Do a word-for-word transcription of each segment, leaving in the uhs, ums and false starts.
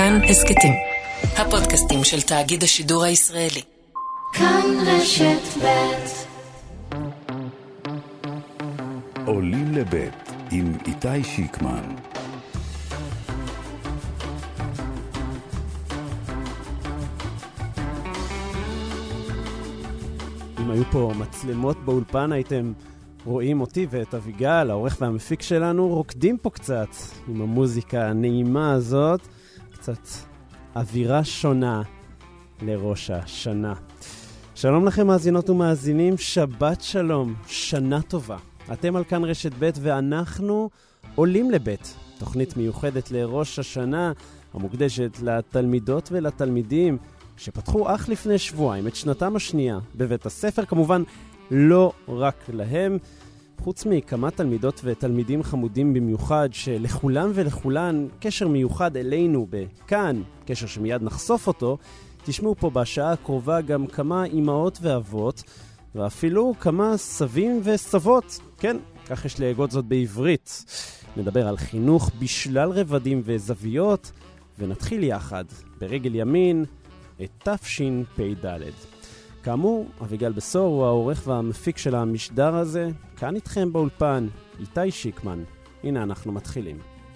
כאן הסקטים, הפודקאסטים של תאגיד השידור הישראלי. כאן רשת בית. עולים לבית עם איתי שיקמן. אם היו פה מצלמות באולפן הייתם רואים אותי ואת אביגל, העורך והמפיק שלנו, רוקדים פה קצת עם המוזיקה הנעימה הזאת, קצת אווירה שונה לראש השנה. שלום לכם מאזינות ומאזינים, שבת שלום, שנה טובה. אתם על כאן רשת בית ואנחנו עולים לבית, תוכנית מיוחדת לראש השנה המוקדשת לתלמידות ולתלמידים שפתחו אך לפני שבועיים את שנתם השנייה בבית הספר, כמובן לא רק להם, חוץ מכמה תלמידות ותלמידים חמודים במיוחד שלכולם ולכולן קשר מיוחד אלינו בכאן, קשר שמיד נחשוף אותו. תשמעו פה בשעה הקרובה גם כמה אמהות ואבות ואפילו כמה סבים וסבות, כן, כך יש להגות זאת בעברית. נדבר על חינוך בשלל רבדים וזוויות ונתחיל יחד ברגל ימין את תשפ"ד. כאמור, אביגל בסור הוא העורך והמפיק של המשדר הזה. כאן איתכם באולפן, איתי שיקמן. הנה אנחנו מתחילים.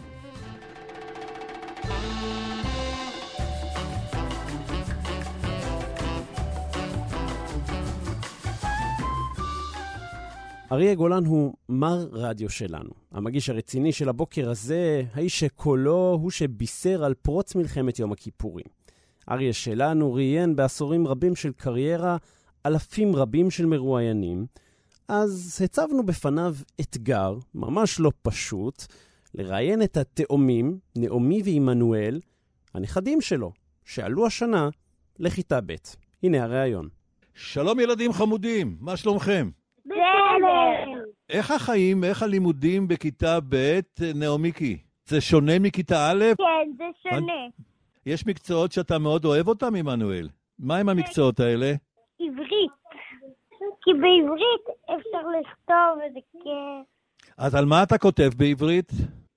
אריה גולן הוא מר רדיו שלנו. המגיש הרציני של הבוקר הזה, האיש שקולו הוא שבישר על פרוץ מלחמת יום הכיפורים. אריה שלנו ראיין בעשורים רבים של קריירה אלפים רבים של מרואיינים, אז הצבנו בפניו אתגר ממש לא פשוט, לראיין את התאומים, נעמי ועמנואל, הנכדים שלו, שעלו השנה לכיתה ב'. הנה הרעיון. שלום ילדים חמודים, מה שלומכם? בסדר. איך החיים, איך הלימודים בכיתה ב', נעמיקי? זה שונה מכיתה א'? כן, זה שונה. יש מקצועות שאתה מאוד אוהב אותם, עמנואל. מה הם המקצועות האלה? עברית. כי בעברית אפשר לכתוב וזה כיף. אז על מה אתה כותב בעברית?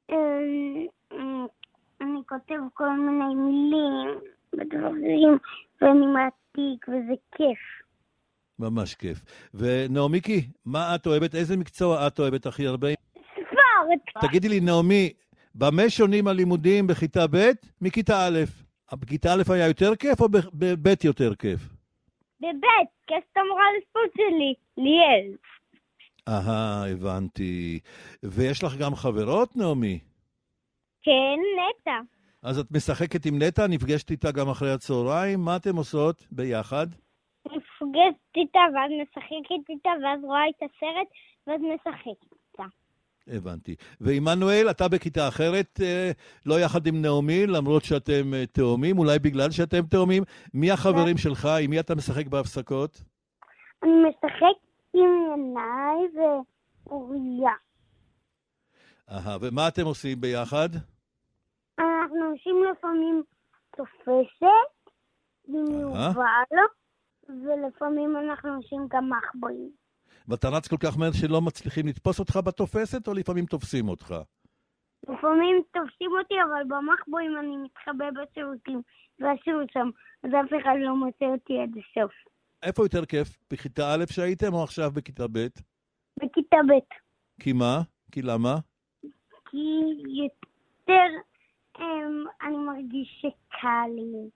אני כותב כל מיני מילים ודברים ואני מעתיק וזה כיף. ממש כיף. ונעמיקי, מה את אוהבת? איזה מקצוע את אוהבת הכי הרבה? ספורט. תגידי לי, נעמי, במה שונים הלימודים בכיתה ב' מכיתה א'? בכיתה א' היה יותר כיף או בב' יותר כיף? בבית, כי את המורה לספורט שלי, ליאל. אהה, הבנתי. ויש לך גם חברות, נעמי? כן, נטע. אז את משחקת עם נטע, נפגשת איתה גם אחרי הצהריים, מה אתם עושות ביחד? נפגשת איתה ואז משחקת איתה ואז רואה את הסרט ואז משחקת איתה. הבנתי. ועמנואל, אתה בכיתה אחרת, לא יחד עם נעמי, למרות שאתם תאומים, אולי בגלל שאתם תאומים. מי החברים שלך? עם מי אתה משחק בהפסקות? אני משחק עם ינאי ואוריה. אהה, ומה אתם עושים ביחד? אנחנו עושים לפעמים תופסת, במיובל, ולפעמים אנחנו עושים גם מחבואים. ואתה רץ כל כך מהר שלא מצליחים לתפוס אותך בתופסת, או לפעמים תופסים אותך? לפעמים תופסים אותי, אבל במחבואים אני מתחבא בשירותים, והשירות שם, אז אף אחד לא מוצא אותי עד הסוף. איפה יותר כיף? בכיתה א' שהייתם, או עכשיו בכיתה ב'? בכיתה ב'. כי מה? כי למה? כי יותר הם, אני מרגיש שקל לי,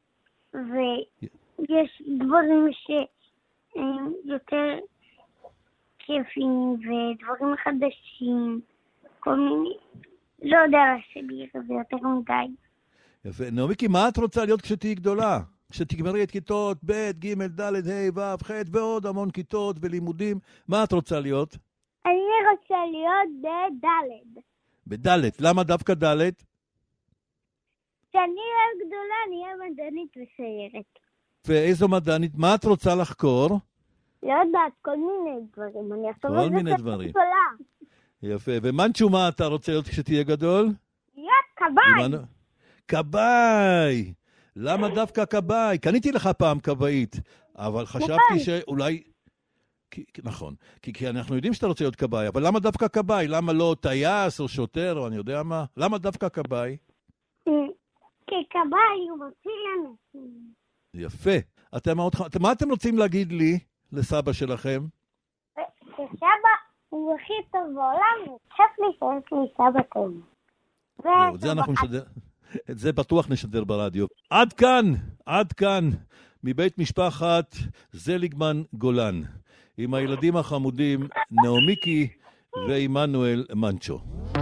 ויש דברים שהם יותר כיפים ודברים חדשים, כל מיני, לא יודע להסביר, זה יותר מדי. יפה. נעמיקי, מה את רוצה להיות כשתהיי גדולה? כשתגמרי את כיתות ב', ג', ד', ה', ו', ח' ועוד המון כיתות ולימודים, מה את רוצה להיות? אני רוצה להיות בד'. בד', למה דווקא ד'? כשאני אהיה גדולה, אני אהיה מדענית וסיירת. ואיזו מדענית? מה את רוצה לחקור? לא יודעת, כל מיני דברים. אני אחשוב על זה מיני דברים. גדולה. יפה. ומנצ'ו, מה אתה רוצה להיות כשתהיה גדול? להיות קב"י. קב"י. למה דווקא קב"י? קניתי לך פעם קב"ית, אבל חשבתי שאולי... נכון, כי, כי אנחנו יודעים שאתה רוצה להיות קב"י, אבל למה דווקא קב"י? למה לא טייס או שוטר או אני יודע מה? למה דווקא קב"י? כי כבאי, הוא מציל אנשים. יפה. אתם, מה אתם רוצים להגיד לי, לסבא שלכם? שסבא הוא הכי טוב בעולם, וכיף לי שיש לי סבא טוב. את זה אנחנו נשדר, את זה בטוח נשדר ברדיו. עד כאן, עד כאן, מבית משפחת זליגמן גולן, עם הילדים החמודים נעמיקי ועמנואל מנצ'ו.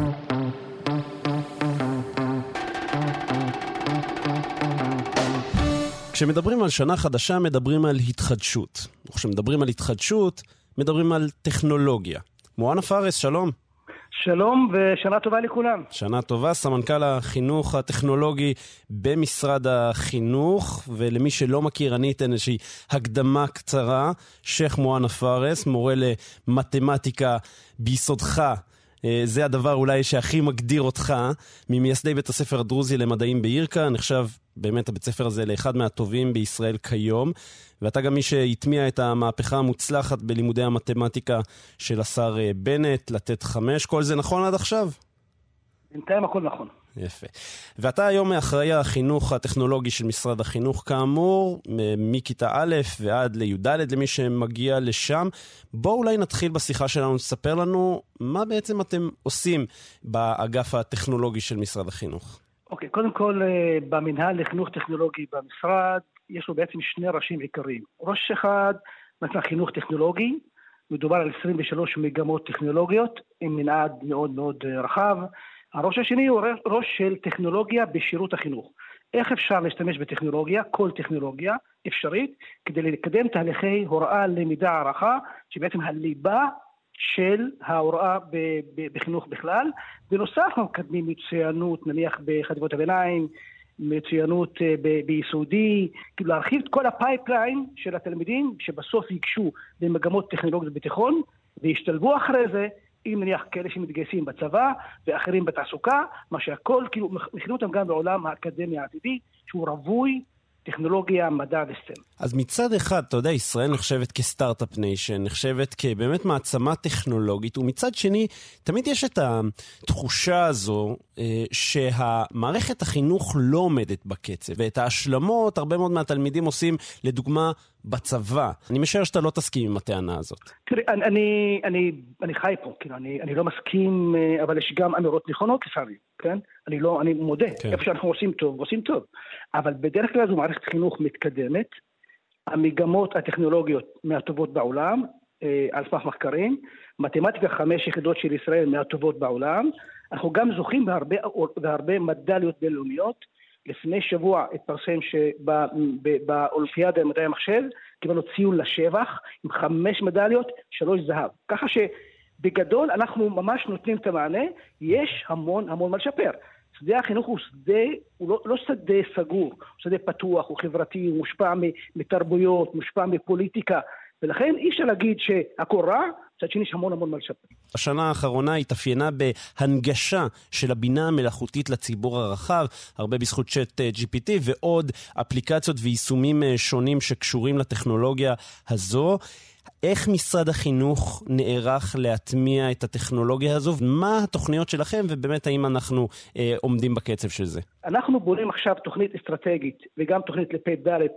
כשמדברים על שנה חדשה, מדברים על התחדשות. וכשמדברים על התחדשות, מדברים על טכנולוגיה. מואנה פארס, שלום. שלום ושנה טובה לכולם. שנה טובה, סמנכ"ל החינוך הטכנולוגי במשרד החינוך, ולמי שלא מכיר, אני אתן איזושהי הקדמה קצרה. שייח מואנה פארס, מורה למתמטיקה ביסודך, זה הדבר אולי שהכי מגדיר אותך, ממייסדי בית הספר הדרוזי למדעים בירקה, נחשב באמת הבית ספר הזה לאחד מהטובים בישראל כיום, ואתה גם מי שהטמיע את המהפכה המוצלחת בלימודי המתמטיקה של השר בנט, לתת חמש, כל זה נכון עד עכשיו? בינתיים הכל נכון. יפה. ואתה היום מאחראי החינוך הטכנולוגי של משרד החינוך, כאמור, מכיתה א' ועד לי"ד למי שמגיע לשם. בואו אולי נתחיל בשיחה שלנו, נספר לנו מה בעצם אתם עושים באגף הטכנולוגי של משרד החינוך. אוקיי, okay, קודם כל במנהל לחינוך טכנולוגי במשרד יש לו בעצם שני ראשים עיקריים. ראש אחד, מצא חינוך טכנולוגי, מדובר על עשרים ושלוש מגמות טכנולוגיות עם מנעד מאוד מאוד רחב. הראש השני הוא ראש של טכנולוגיה בשירות החינוך. איך אפשר להשתמש בטכנולוגיה, כל טכנולוגיה אפשרית, כדי לקדם תהליכי הוראה, למידה, הערכה, שבעצם הליבה של ההוראה בחינוך בכלל. בנוסף, אנחנו מקדמים מצוינות, נניח בחטיבות הביניים, מצוינות ביסודי, כאילו להרחיב את כל הפייפליין של התלמידים, שבסוף ייגשו במגמות טכנולוגיות בתיכון, וישתלבו אחרי זה, אם נניח כאלה שמתגייסים בצבא ואחרים בתעסוקה, מה שהכל, כאילו, מכינו אותם גם בעולם האקדמי העתידי, שהוא רווי טכנולוגיה, מדע וסטם. אז מצד אחד, אתה יודע, ישראל נחשבת כסטארט-אפ ניישן, נחשבת כבאמת מעצמה טכנולוגית, ומצד שני, תמיד יש את התחושה הזו שהמערכת החינוך לא עומדת בקצב, ואת ההשלמות הרבה מאוד מהתלמידים עושים, לדוגמה, בצבא. אני משער שאתה לא תסכים עם הטענה הזאת. תראי, אני, אני, אני, אני חי פה, כאילו, אני, אני לא מסכים, אבל יש גם אמירות נכונות לפעמים, כן? אני לא, אני מודה, כן. איפה שאנחנו עושים טוב, עושים טוב. אבל בדרך כלל זו מערכת חינוך מתקדמת, המגמות הטכנולוגיות מהטובות בעולם, על סמך מחקרים, מתמטיקה חמש יחידות של ישראל מהטובות בעולם, אנחנו גם זוכים בהרבה, בהרבה מדליות בינלאומיות. לפני שבוע התפרסם שבאולימפיאדה למדעי המחשב קיבלנו ציון לשבח עם חמש מדליות, שלוש זהב. ככה שבגדול אנחנו ממש נותנים את המענה, יש המון המון מה לשפר. שדה החינוך הוא שדה, הוא לא, לא שדה סגור, הוא שדה פתוח, הוא חברתי, הוא מושפע מתרבויות, מושפע מפוליטיקה, ולכן אי אפשר להגיד שהכל רע, מצד שני יש המון המון מה לשפר. השנה האחרונה התאפיינה בהנגשה של הבינה המלאכותית לציבור הרחב, הרבה בזכות צ'אט ג'י פי טי ועוד אפליקציות ויישומים שונים שקשורים לטכנולוגיה הזו. איך משרד החינוך נערך להטמיע את הטכנולוגיה הזו? מה התוכניות שלכם, ובאמת האם אנחנו אה, עומדים בקצב של זה? אנחנו בונים עכשיו תוכנית אסטרטגית, וגם תוכנית לפי דלת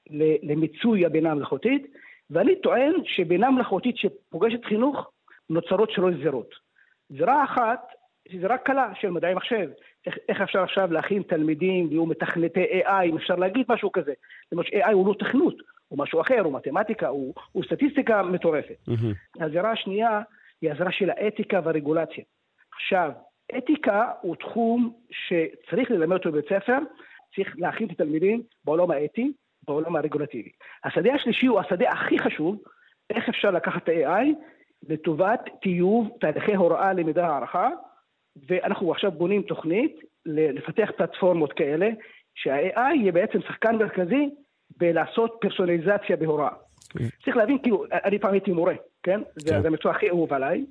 למיצוי הבינה המלאכותית, ואני טוען שבינה מלאכותית שפוגשת חינוך נוצרות שלוש זירות. זירה אחת, זירה קלה של מדעי מחשב. איך, איך אפשר עכשיו להכין תלמידים ויהיו מתכנתי איי איי, אם אפשר להגיד משהו כזה. למרות ש-איי איי הוא לא תכנות, הוא משהו אחר, הוא מתמטיקה, הוא, הוא סטטיסטיקה מטורפת. Mm-hmm. הזירה השנייה היא הזירה של האתיקה והרגולציה. עכשיו, אתיקה הוא תחום שצריך ללמד אותו בבית ספר, צריך להכין את התלמידים בעולם האתי, בעולם הרגולטיבי. השדה השלישי הוא השדה הכי חשוב, איך אפשר לקחת את ה-איי איי לטובת טיוב תהליכי הוראה, למידה, הערכה, ואנחנו עכשיו בונים תוכנית לפתח פלטפורמות כאלה, שה-איי איי יהיה בעצם שחקן מרכזי בלעשות פרסונליזציה בהוראה. צריך להבין, כאילו, אני פעם הייתי מורה, כן? זה המקצוע הכי אהוב עליי,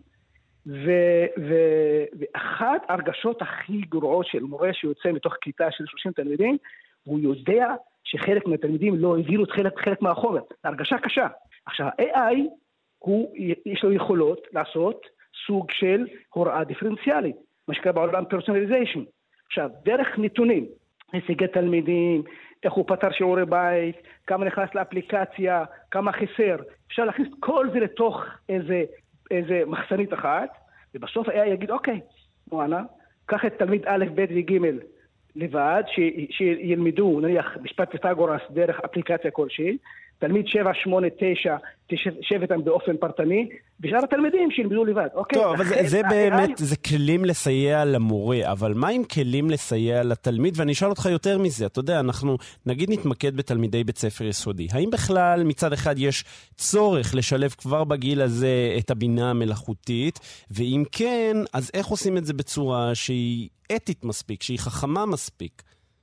ואחת הרגשות הכי גרועות של מורה שיוצא מתוך כיתה של שלושים תלמידים, הוא יודע שחלק מהתלמידים לא הבינו את חלק, חלק מהחומר. הרגשה קשה. עכשיו, ה-איי איי, הוא, יש לו יכולות לעשות סוג של הוראה דיפרנציאלית, מה שקרה בעולם פרסונליזיישן. עכשיו, דרך נתונים, הישגי תלמידים, איך הוא פתר שיעורי בית, כמה נכנס לאפליקציה, כמה חסר. אפשר להכניס כל זה לתוך איזה, איזה מחסנית אחת, ובסוף היה יגיד, אוקיי, מואנה, קח את תלמיד א', ב' וג' לבד, ש, שילמדו, נניח, משפט פיתגורס דרך אפליקציה כלשהי, תלמיד שבע, שמונה, תשע, תשב איתם באופן פרטני, ושאר התלמידים שילמדו לבד. אוקיי? טוב, אבל זה, זה באמת, זה כלים לסייע למורה, אבל מה עם כלים לסייע לתלמיד? ואני אשאל אותך יותר מזה, אתה יודע, אנחנו נגיד נתמקד בתלמידי בית ספר יסודי. האם בכלל מצד אחד יש צורך לשלב כבר בגיל הזה את הבינה המלאכותית, ואם כן, אז איך עושים את זה בצורה שהיא אתית מספיק, שהיא חכמה מספיק?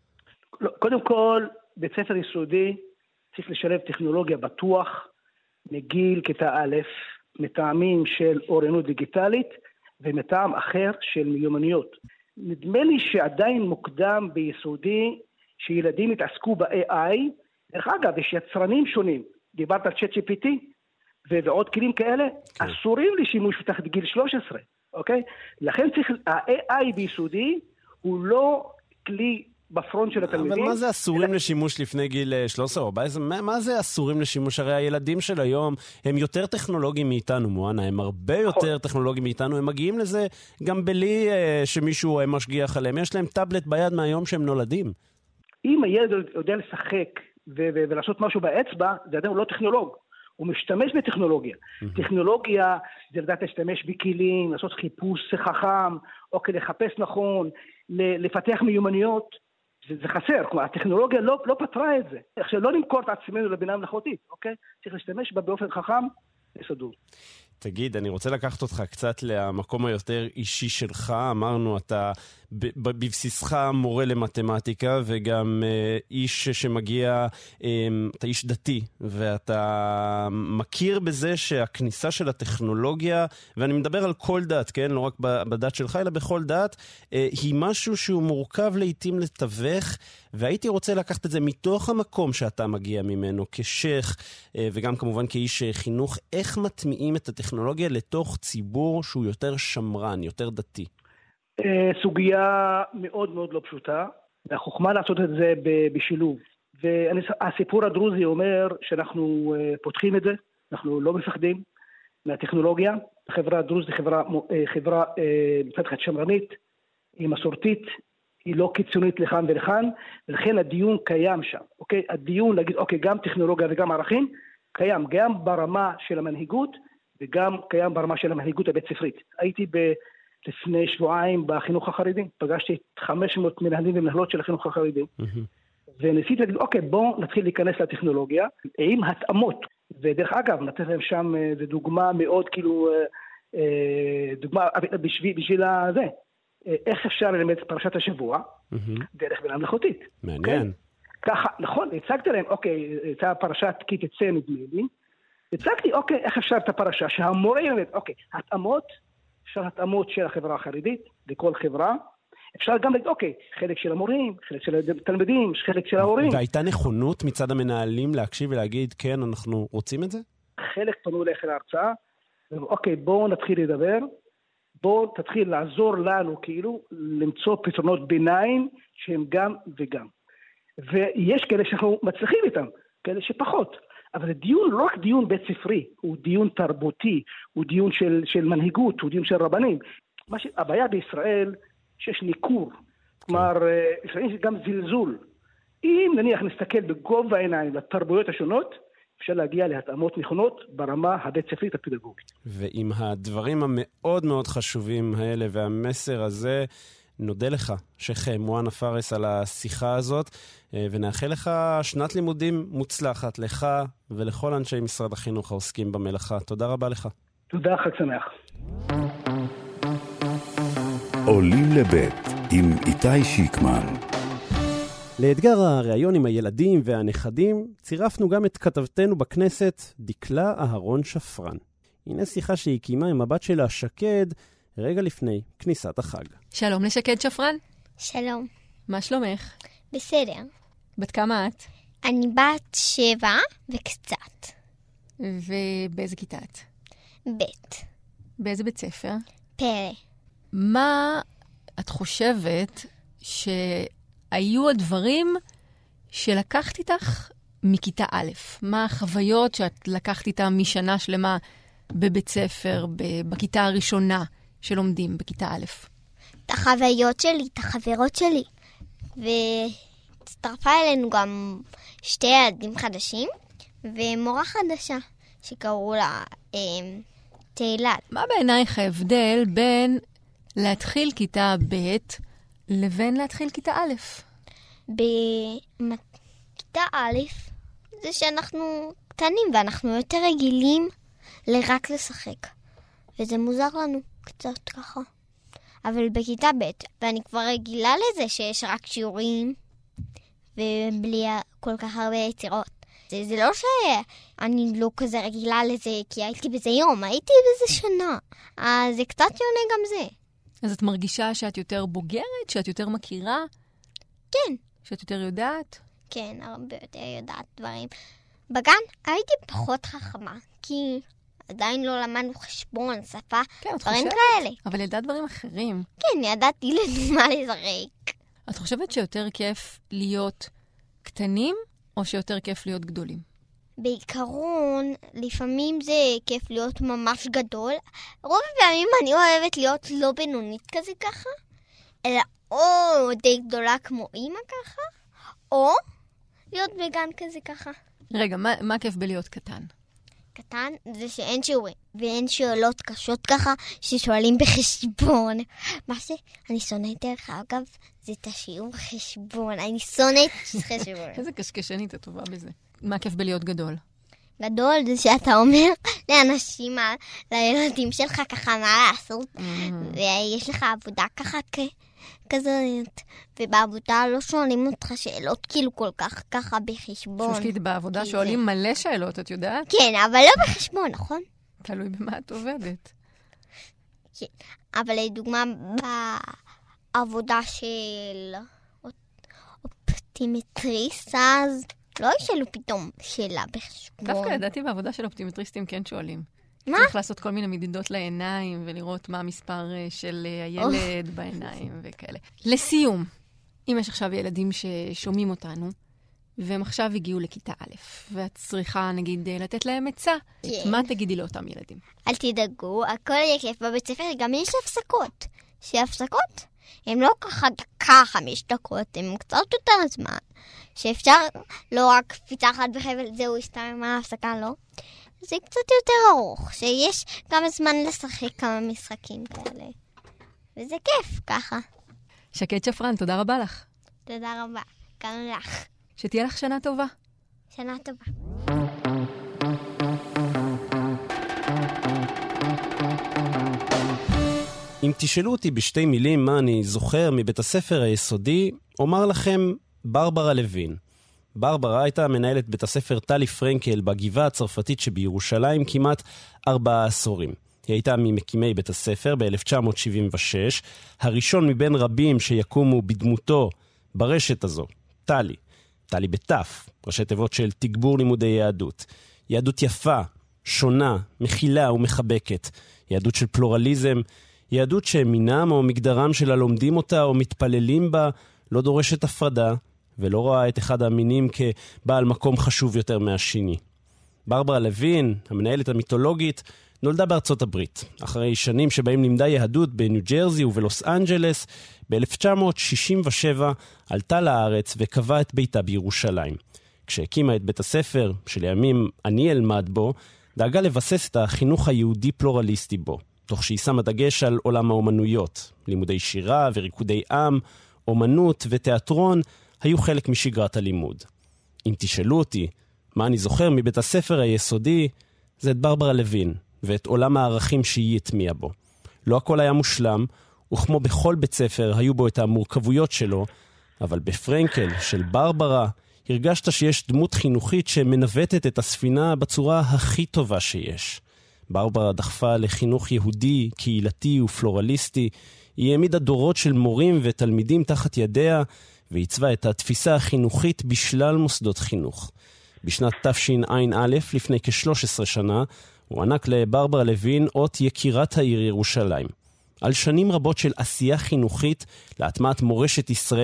קודם כל, בית ספר יסודי, צריך לשלב טכנולוגיה בטוח מגיל כיתה א', מטעמים של אוריינות דיגיטלית ומטעם אחר של מיומנויות. נדמה לי שעדיין מוקדם ביסודי שילדים יתעסקו ב-איי איי. דרך אגב, יש יצרנים שונים. דיברת על צ'אט ג'י פי טי ועוד כלים כאלה, כן. אסורים לשימוש מתחת גיל שלוש עשרה, אוקיי? לכן צריך, ה-איי איי ביסודי הוא לא כלי בפרונט של התלמידים. אבל מה זה אסורים לשימוש לפני גיל שלוש עשרה ארבע עשרה? מה זה אסורים לשימוש? הרי הילדים של היום הם יותר טכנולוגיים מאיתנו, מואנה, הם הרבה יותר טכנולוגיים מאיתנו, הם מגיעים לזה גם בלי שמישהו משגיח עליהם. יש להם טאבלט ביד מהיום שהם נולדים. אם הילד יודע לשחק ולעשות משהו באצבע, זה עדיין לא טכנולוג. הוא משתמש בטכנולוגיה. טכנולוגיה זה לדעת להשתמש בכלים, לעשות חיפוש חכם, או כדי לחפש נכון, לפתח מיומנויות. זה, זה חסר, כלומר, הטכנולוגיה לא, לא פתרה את זה. עכשיו, לא נמכור את עצמנו לבינה מלאכותית, אוקיי? צריך להשתמש בה באופן חכם וסדור. תגיד, אני רוצה לקחת אותך קצת למקום היותר אישי שלך. אמרנו, אתה בבסיסך מורה למתמטיקה, וגם איש שמגיע, אתה איש דתי, ואתה מכיר בזה שהכניסה של הטכנולוגיה, ואני מדבר על כל דת, כן? לא רק בדת שלך, אלא בכל דת, היא משהו שהוא מורכב לעתים לתווך, והייתי רוצה לקחת את זה מתוך המקום שאתה מגיע ממנו, כשייך, וגם כמובן כאיש חינוך, איך מטמיעים את הטכנולוגיה לתוך ציבור שהוא יותר שמרן, יותר דתי? סוגיה מאוד מאוד לא פשוטה, והחוכמה לעשות את זה בשילוב. והסיפור הדרוזי אומר שאנחנו פותחים את זה, אנחנו לא מפחדים מהטכנולוגיה. החברה הדרוזית היא חברה, חברה מצד אחד שמרנית, היא מסורתית, היא לא קיצונית לכאן ולכאן, ולכן הדיון קיים שם. אוקיי? הדיון להגיד, אוקיי, גם טכנולוגיה וגם ערכים, קיים גם ברמה של המנהיגות, וגם קיים ברמה של המנהיגות הבית ספרית. הייתי ב... לפני שבועיים בחינוך החרדי, פגשתי את חמש מאות מנהלים ומנהלות של החינוך החרדי, mm-hmm. וניסיתי להגיד, אוקיי, בואו נתחיל להיכנס לטכנולוגיה, עם התאמות, ודרך אגב, נתן להם שם, זו דוגמה מאוד כאילו, דוגמה בשביל, בשביל הזה, איך אפשר ללמד את פרשת השבוע, mm-hmm. דרך בינה מלאכותית. מעניין. ככה, נכון, הצגתי להם, אוקיי, הייתה פרשת כי תצא נדמה לי, הצגתי, אוקיי, איך אפשר את הפרשה, שהמורה ילמד, אוקיי, התאמות, אפשר התאמות של החברה החרדית, לכל חברה, אפשר גם להגיד, אוקיי, חלק של המורים, חלק של התלמידים, חלק של ההורים. והייתה נכונות מצד המנהלים להקשיב ולהגיד, כן, אנחנו רוצים את זה? חלק פנו לאחר ההרצאה, אוקיי, בואו נתחיל לדבר, בואו תתחיל לעזור לנו, כאילו, למצוא פתרונות ביניים, שהם גם וגם. ויש כאלה שאנחנו מצליחים איתם, כאלה שפחות. אבל הדיון לא רק דיון בית ספרי, הוא דיון תרבותי, הוא דיון של, של מנהיגות, הוא דיון של רבנים. ש... הבעיה בישראל שיש ניכור, כלומר, לפעמים גם זלזול. אם נניח נסתכל בגובה העיניים לתרבויות השונות, אפשר להגיע להתאמות נכונות ברמה הבית ספרית הפדגוגית. ועם הדברים המאוד מאוד חשובים האלה והמסר הזה, נודה לך, שייך מואנה פארס, על השיחה הזאת, ונאחל לך שנת לימודים מוצלחת לך ולכל אנשי משרד החינוך העוסקים במלאכה. תודה רבה לך. תודה, חג שמח. עולים לבית עם איתי שיקמן. לאתגר הראיון עם הילדים והנכדים, צירפנו גם את כתבתנו בכנסת, דקלה אהרון שפרן. הנה שיחה שהיא קיימה עם הבת שלה שקד, רגע לפני כניסת החג. שלום לשקד שפרן. שלום. מה שלומך? בסדר. בת כמה את? אני בת שבע וקצת. ובאיזה כיתה את? בית. באיזה בית ספר? פרא. מה את חושבת היו הדברים שלקחת איתך מכיתה א'? מה החוויות שאת לקחת איתה משנה שלמה בבית ספר, בכיתה הראשונה שלומדים בכיתה א'? את החוויות שלי, את החברות שלי. והצטרפה אלינו גם שתי ילדים חדשים, ומורה חדשה שקראו לה אה, תהילה. מה בעינייך ההבדל בין להתחיל כיתה ב' לבין להתחיל כיתה א'? בכיתה א' זה שאנחנו קטנים ואנחנו יותר רגילים לרק לשחק. וזה מוזר לנו קצת ככה. אבל בכיתה ב' ואני כבר רגילה לזה שיש רק שיעורים ובלי כל כך הרבה יצירות. זה, זה לא שאני לא כזה רגילה לזה כי הייתי בזה יום, הייתי בזה שנה. אז זה קצת שונה גם זה. אז את מרגישה שאת יותר בוגרת? שאת יותר מכירה? כן. שאת יותר יודעת? כן, הרבה יותר יודעת דברים. בגן הייתי פחות חכמה, כי עדיין לא למדנו חשבון, שפה, כן, דברים כאלה. אבל ידעת דברים אחרים. כן, ידעתי לדוגמה לזרק. את חושבת שיותר כיף להיות קטנים, או שיותר כיף להיות גדולים? בעיקרון, לפעמים זה כיף להיות ממש גדול. רוב הפעמים אני אוהבת להיות לא בינונית כזה ככה, אלא או די גדולה כמו אמא ככה, או להיות בגן כזה ככה. רגע, מה, מה כיף בלהיות קטן? קטן זה שאין שיעורים, ואין שאלות קשות ככה ששואלים בחשבון. מה שאני שונאת דרך אגב, זה את השיעור חשבון. אני שונאת חשבון. איזה קשקשנית את טובה בזה. מה כיף בלהיות גדול? גדול זה שאתה אומר לאנשים, לילדים שלך ככה מה לעשות, ויש לך עבודה ככה כזאת, ובעבודה לא שואלים אותך שאלות כאילו כל כך ככה בחשבון. שושקית, בעבודה שואלים מלא שאלות, את יודעת? כן, אבל לא בחשבון, נכון? תלוי במה את עובדת. כן, אבל לדוגמה בעבודה של אופטימטריסט, אז לא ישאלו פתאום שאלה בחשבון. דווקא ידעתי בעבודה של אופטימטריסטים כן שואלים. מה? צריך לעשות כל מיני מדידות לעיניים, ולראות מה המספר של הילד בעיניים וכאלה. לסיום, אם יש עכשיו ילדים ששומעים אותנו, והם עכשיו הגיעו לכיתה א', ואת צריכה, נגיד, לתת להם עצה, כן. מה תגידי לאותם ילדים? אל תדאגו, הכל יהיה כיף בבית ספר, גם יש הפסקות. שהפסקות הם לא ככה דקה חמש דקות, הם קצת יותר זמן. שאפשר לא רק קפיצה אחת בחבל, זהו, הסתיים מה ההפסקה, לא? זה קצת יותר ארוך, שיש כמה זמן לשחק כמה משחקים כאלה. וזה כיף, ככה. שקד שפרן, תודה רבה לך. תודה רבה, גם לך. שתהיה לך שנה טובה. שנה טובה. אם תשאלו אותי בשתי מילים מה אני זוכר מבית הספר היסודי, אומר לכם ברברה לוין. ברברה הייתה מנהלת בית הספר טלי פרנקל בגבעה הצרפתית שבירושלים כמעט ארבעה עשורים. היא הייתה ממקימי בית הספר ב-אלף תשע מאות שבעים ושש, הראשון מבין רבים שיקומו בדמותו ברשת הזו, טלי. טלי בתף, ראשי תיבות של תגבור לימודי יהדות. יהדות יפה, שונה, מכילה ומחבקת. יהדות של פלורליזם, יהדות שמינם או מגדרם של הלומדים אותה או מתפללים בה לא דורשת הפרדה, ולא רואה את אחד המינים כבעל מקום חשוב יותר מהשני. ברברה לוין, המנהלת המיתולוגית, נולדה בארצות הברית. אחרי שנים שבהם לימדה יהדות בניו ג'רזי ובלוס אנג'לס, ב-אלף תשע מאות שישים ושבע עלתה לארץ וקבעה את ביתה בירושלים. כשהקימה את בית הספר, שלימים אני אלמד בו, דאגה לבסס את החינוך היהודי פלורליסטי בו, תוך שהיא שמה דגש על עולם האומנויות. לימודי שירה וריקודי עם, אומנות ותיאטרון היו חלק משגרת הלימוד. אם תשאלו אותי מה אני זוכר מבית הספר היסודי, זה את ברברה לוין ואת עולם הערכים שהיא הטמיעה בו. לא הכל היה מושלם, וכמו בכל בית ספר היו בו את המורכבויות שלו, אבל בפרנקל של ברברה הרגשת שיש דמות חינוכית שמנווטת את הספינה בצורה הכי טובה שיש. ברברה דחפה לחינוך יהודי, קהילתי ופלורליסטי. היא העמידה דורות של מורים ותלמידים תחת ידיה, ועיצבה את התפיסה החינוכית בשלל מוסדות חינוך. בשנת תשע"א, לפני כ-שלוש עשרה שנה, הוא ענק לברברה לוין אות יקירת העיר ירושלים. על שנים רבות של עשייה חינוכית להטמעת מורשת ישראל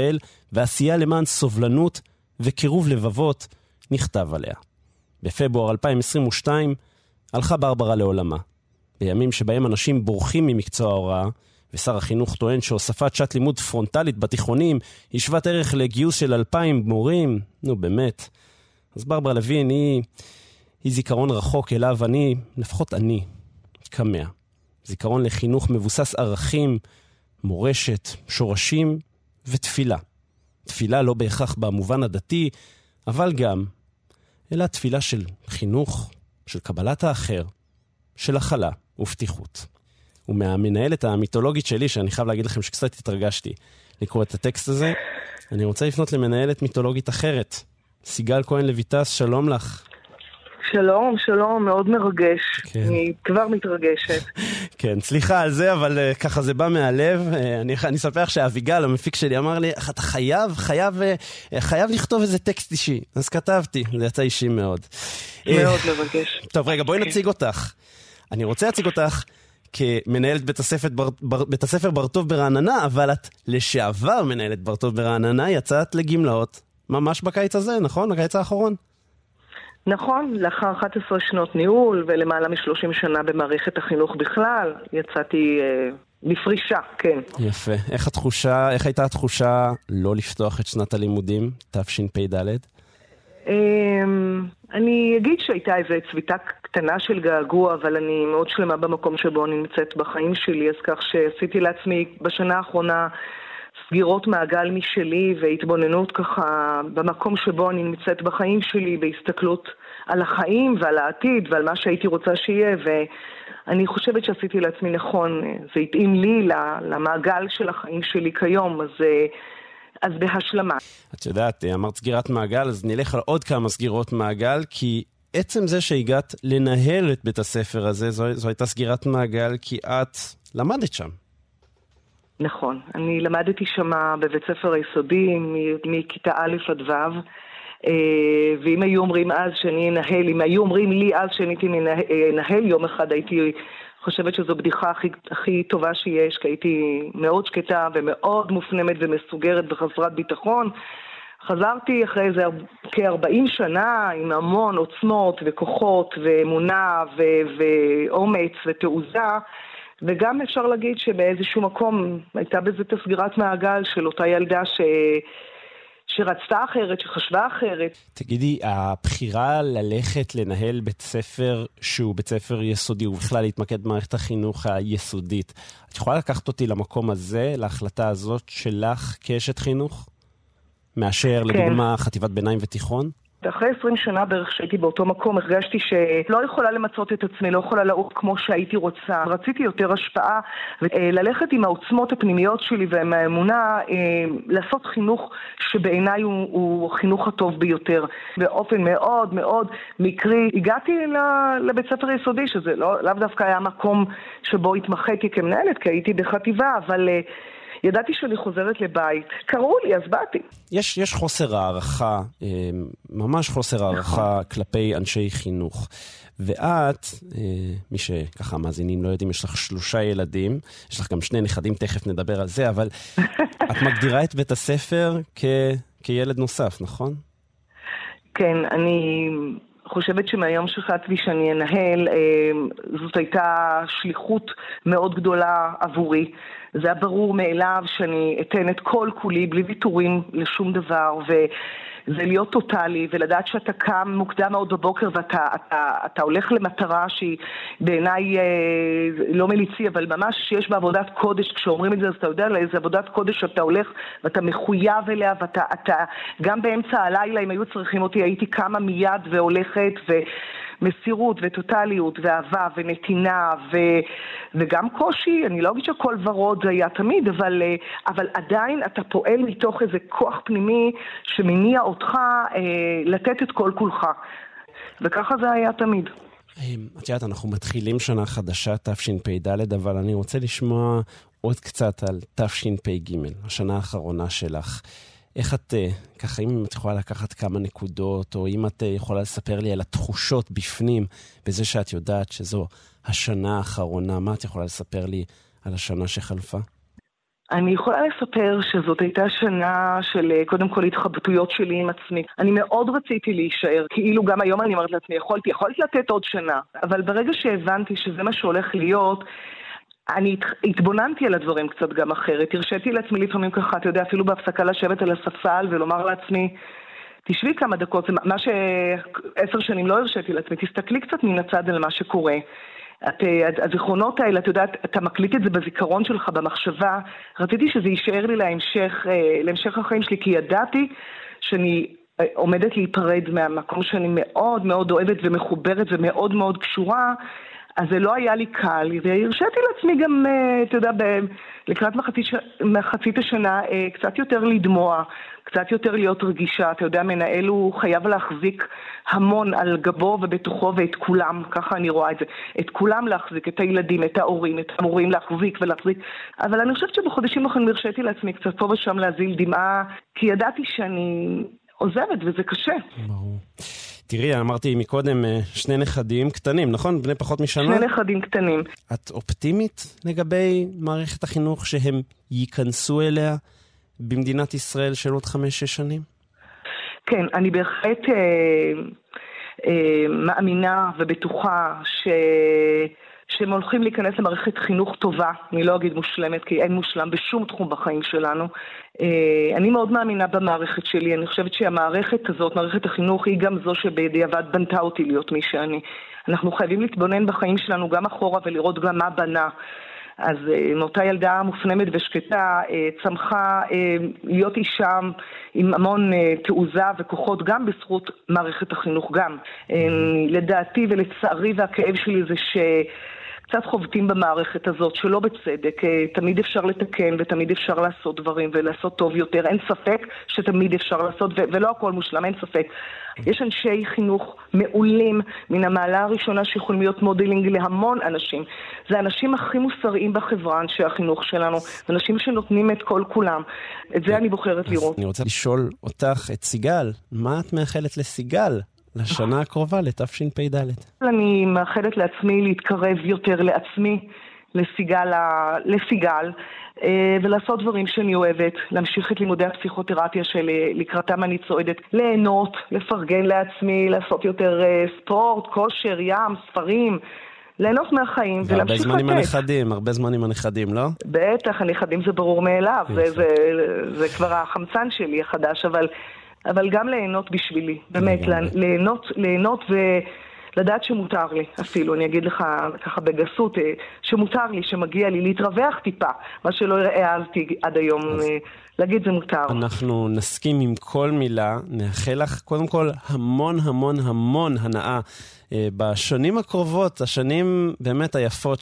ועשייה למען סובלנות וקירוב לבבות נכתב עליה. בפברואר אלפיים עשרים ושתיים הלכה ברברה לעולמה. בימים שבהם אנשים בורחים ממקצוע ההוראה, ושר החינוך טוען שהוספת שעת לימוד פרונטלית בתיכונים היא שוות ערך לגיוס של אלפיים מורים, נו באמת. אז ברברה לוין היא, היא זיכרון רחוק אליו אני, לפחות אני, כמה. זיכרון לחינוך מבוסס ערכים, מורשת, שורשים ותפילה. תפילה לא בהכרח במובן הדתי, אבל גם, אלא תפילה של חינוך, של קבלת האחר, של הכלה ופתיחות. ומהמנהלת המיתולוגית שלי, שאני חייב להגיד לכם שקצת התרגשתי לקרוא את הטקסט הזה, אני רוצה לפנות למנהלת מיתולוגית אחרת. סיגל כהן לויטס, שלום לך. שלום, שלום, מאוד מרגש. כן. אני כבר מתרגשת. כן, סליחה על זה, אבל uh, ככה זה בא מהלב. Uh, אני, אני אספר שאביגל, המפיק שלי, אמר לי, אתה חייב, חייב, uh, חייב לכתוב איזה טקסט אישי. אז כתבתי, זה יצא אישי מאוד. מאוד uh, מרגש. טוב, רגע, בואי נציג אותך. אני רוצה להציג אותך כמנהלת בית הספר, בר, בר, בית הספר ברטוב ברעננה, אבל את לשעבר מנהלת ברטוב ברעננה, יצאת לגמלאות, ממש בקיץ הזה, נכון? בקיץ האחרון? נכון, לאחר אחת עשרה שנות ניהול ולמעלה מ-שלושים שנה במערכת החינוך בכלל, יצאתי אה, לפרישה, כן. יפה. איך התחושה, איך הייתה התחושה לא לפתוח את שנת הלימודים, תשפ"ד? אה, אני אגיד שהייתה איזו צביטה קטנה של געגוע, אבל אני מאוד שלמה במקום שבו אני נמצאת בחיים שלי, אז כך שעשיתי לעצמי בשנה האחרונה סגירות מעגל משלי והתבוננות ככה במקום שבו אני נמצאת בחיים שלי, בהסתכלות על החיים ועל העתיד ועל מה שהייתי רוצה שיהיה, ואני חושבת שעשיתי לעצמי נכון, זה התאים לי למעגל של החיים שלי כיום, אז, אז בהשלמה. את יודעת, אמרת סגירת מעגל, אז נלך על עוד כמה סגירות מעגל, כי עצם זה שהגעת לנהל את בית הספר הזה, זו, זו הייתה סגירת מעגל, כי את למדת שם. נכון, אני למדתי שמה בבית ספר היסודי מכיתה א' עד ו', ואם היו אומרים אז שאני אנהל, אם היו אומרים לי אז שאני אנהל יום אחד, הייתי חושבת שזו בדיחה הכי, הכי טובה שיש, כי הייתי מאוד שקטה ומאוד מופנמת ומסוגרת וחסרת ביטחון. חזרתי אחרי זה כ-ארבעים שנה עם המון עוצמות וכוחות ואמונה ו- ואומץ ותעוזה, וגם אפשר להגיד שבאיזשהו מקום הייתה בזה תסגירת מעגל של אותה ילדה ש... שרצתה אחרת, שחשבה אחרת. תגידי, הבחירה ללכת לנהל בית ספר שהוא בית ספר יסודי, ובכלל להתמקד במערכת החינוך היסודית, את יכולה לקחת אותי למקום הזה, להחלטה הזאת שלך כאשת חינוך? מאשר כן. לדוגמה חטיבת ביניים ותיכון? אחרי עשרים שנה בערך שהייתי באותו מקום, הרגשתי שלא יכולה למצות את עצמי, לא יכולה לעוף כמו שהייתי רוצה. רציתי יותר השפעה, וללכת עם העוצמות הפנימיות שלי ועם האמונה, לעשות חינוך שבעיניי הוא, הוא החינוך הטוב ביותר. באופן מאוד מאוד מקרי, הגעתי לבית ספר יסודי, שזה לא, לאו דווקא היה מקום שבו התמחיתי כמנהלת, כי הייתי בחטיבה, אבל... ידעתי שאני חוזרת לבית. קראו לי, אז באתי. יש, יש חוסר הערכה, ממש חוסר הערכה כלפי אנשי חינוך. ואת, מי שככה מאזינים לא יודעים, יש לך שלושה ילדים, יש לך גם שני נכדים, תכף נדבר על זה, אבל את מגדירה את בית הספר כ, כילד נוסף, נכון? כן, אני... חושבת שמהיום שחלטתי שאני אנהל, זאת הייתה שליחות מאוד גדולה עבורי. זה היה ברור מאליו שאני אתן את כל כולי בלי ויתורים לשום דבר, וזה להיות טוטלי, ולדעת שאתה קם מוקדם מאוד בבוקר, ואתה אתה, אתה הולך למטרה שהיא בעיניי לא מליצי, אבל ממש שיש בעבודת קודש, כשאומרים את זה, אז אתה יודע לאיזה עבודת קודש אתה הולך, ואתה מחויב אליה, ואתה אתה, גם באמצע הלילה, אם היו צריכים אותי, הייתי קמה מיד והולכת, ו... מסירות וטוטליות ואהבה ונתינה ו... וגם קושי, אני לא אגיד שכל ורוד זה היה תמיד, אבל, אבל עדיין אתה פועל מתוך איזה כוח פנימי שמניע אותך אה, לתת את כל כולך. וככה זה היה תמיד. את יודעת, אנחנו מתחילים שנה חדשה, תשפ"ד, אבל אני רוצה לשמוע עוד קצת על תשפ"ג, השנה האחרונה שלך. איך את, ככה, אם את יכולה לקחת כמה נקודות, או אם את יכולה לספר לי על התחושות בפנים, בזה שאת יודעת שזו השנה האחרונה, מה את יכולה לספר לי על השנה שחלפה? אני יכולה לספר שזאת הייתה שנה של קודם כל התחבטויות שלי עם עצמי. אני מאוד רציתי להישאר, כאילו גם היום אני אומרת לעצמי, יכולתי, יכולתי לתת עוד שנה. אבל ברגע שהבנתי שזה מה שהולך להיות, אני התבוננתי על הדברים קצת גם אחרת. הרשיתי לעצמי לפעמים ככה, אתה יודע, אפילו בהפסקה לשבת על הספסל ולומר לעצמי, תשבי כמה דקות, זה מה שעשר שנים לא הרשיתי לעצמי, תסתכלי קצת מן הצד על מה שקורה. את, הזיכרונות האלה, אתה יודע, אתה מקליט את זה בזיכרון שלך, במחשבה. רציתי שזה יישאר לי להמשך, להמשך החיים שלי, כי ידעתי שאני עומדת להיפרד מהמקום שאני מאוד מאוד אוהבת ומחוברת ומאוד מאוד קשורה, אז זה לא היה לי קל, והרשיתי לעצמי גם, אתה יודע, לקראת מחצית, מחצית השנה, קצת יותר לדמוע, קצת יותר להיות רגישה. אתה יודע, מנהל הוא חייב להחזיק המון על גבו ובתוכו ואת כולם, ככה אני רואה את זה, את כולם להחזיק, את הילדים, את ההורים, את המורים להחזיק ולהחזיק. אבל אני חושבת שבחודשים האחרונים הרשיתי לעצמי קצת פה ושם להזיל דמעה, כי ידעתי שאני עוזבת וזה קשה. ברור. תראי, אמרתי מקודם, שני נכדים קטנים, נכון? בני פחות משנה? שני נכדים קטנים. את אופטימית לגבי מערכת החינוך שהם ייכנסו אליה במדינת ישראל של עוד חמש, שש שנים? כן, אני בהחלט אה, אה, מאמינה ובטוחה ש... שהם הולכים להיכנס למערכת חינוך טובה, אני לא אגיד מושלמת, כי אין מושלם בשום תחום בחיים שלנו. אני מאוד מאמינה במערכת שלי, אני חושבת שהמערכת הזאת, מערכת החינוך, היא גם זו שבדיעבד בנתה אותי להיות מי שאני. אנחנו חייבים להתבונן בחיים שלנו גם אחורה ולראות גם מה בנה. אז מאותה ילדה מופנמת ושקטה, צמחה להיות אישה עם המון תעוזה וכוחות, גם בזכות מערכת החינוך גם. לדעתי ולצערי והכאב שלי זה ש... קצת חובטים במערכת הזאת, שלא בצדק, תמיד אפשר לתקן ותמיד אפשר לעשות דברים ולעשות טוב יותר, אין ספק שתמיד אפשר לעשות, ו- ולא הכל מושלם, אין ספק. יש אנשי חינוך מעולים מן המעלה הראשונה שיכולים להיות מודלינג להמון אנשים. זה האנשים הכי מוסריים בחברה, אנשי החינוך שלנו, אנשים שנותנים את כל כולם. את זה אני בוחרת לראות. אני רוצה לשאול אותך, את סיגל, מה את מאחלת לסיגל? לשנה הקרובה, לתשפ"ד. אני מאחלת לעצמי להתקרב יותר לעצמי, לסיגל, לסיגל, ולעשות דברים שאני אוהבת, להמשיך את לימודי הפסיכותרפיה שלי, לקראתם אני צועדת, ליהנות, לפרגן לעצמי, לעשות יותר ספורט, כושר, ים, ספרים, ליהנות מהחיים ולהמשיך לתת. הרבה זמן עם הנכדים, הרבה זמן עם הנכדים, לא? בטח, הנכדים זה ברור מאליו, זה, זה, זה כבר החמצן שלי החדש, אבל... אבל גם ליהנות בשבילי, באמת, ליהנות, ליהנות ולדעת שמותר לי, אפילו, אני אגיד לך ככה בגסות, שמותר לי, שמגיע לי להתרווח טיפה, מה שלא העזתי עד היום, להגיד זה מותר. אנחנו נסכים עם כל מילה, נאחל לך קודם כל המון המון המון הנאה בשנים הקרובות, השנים באמת היפות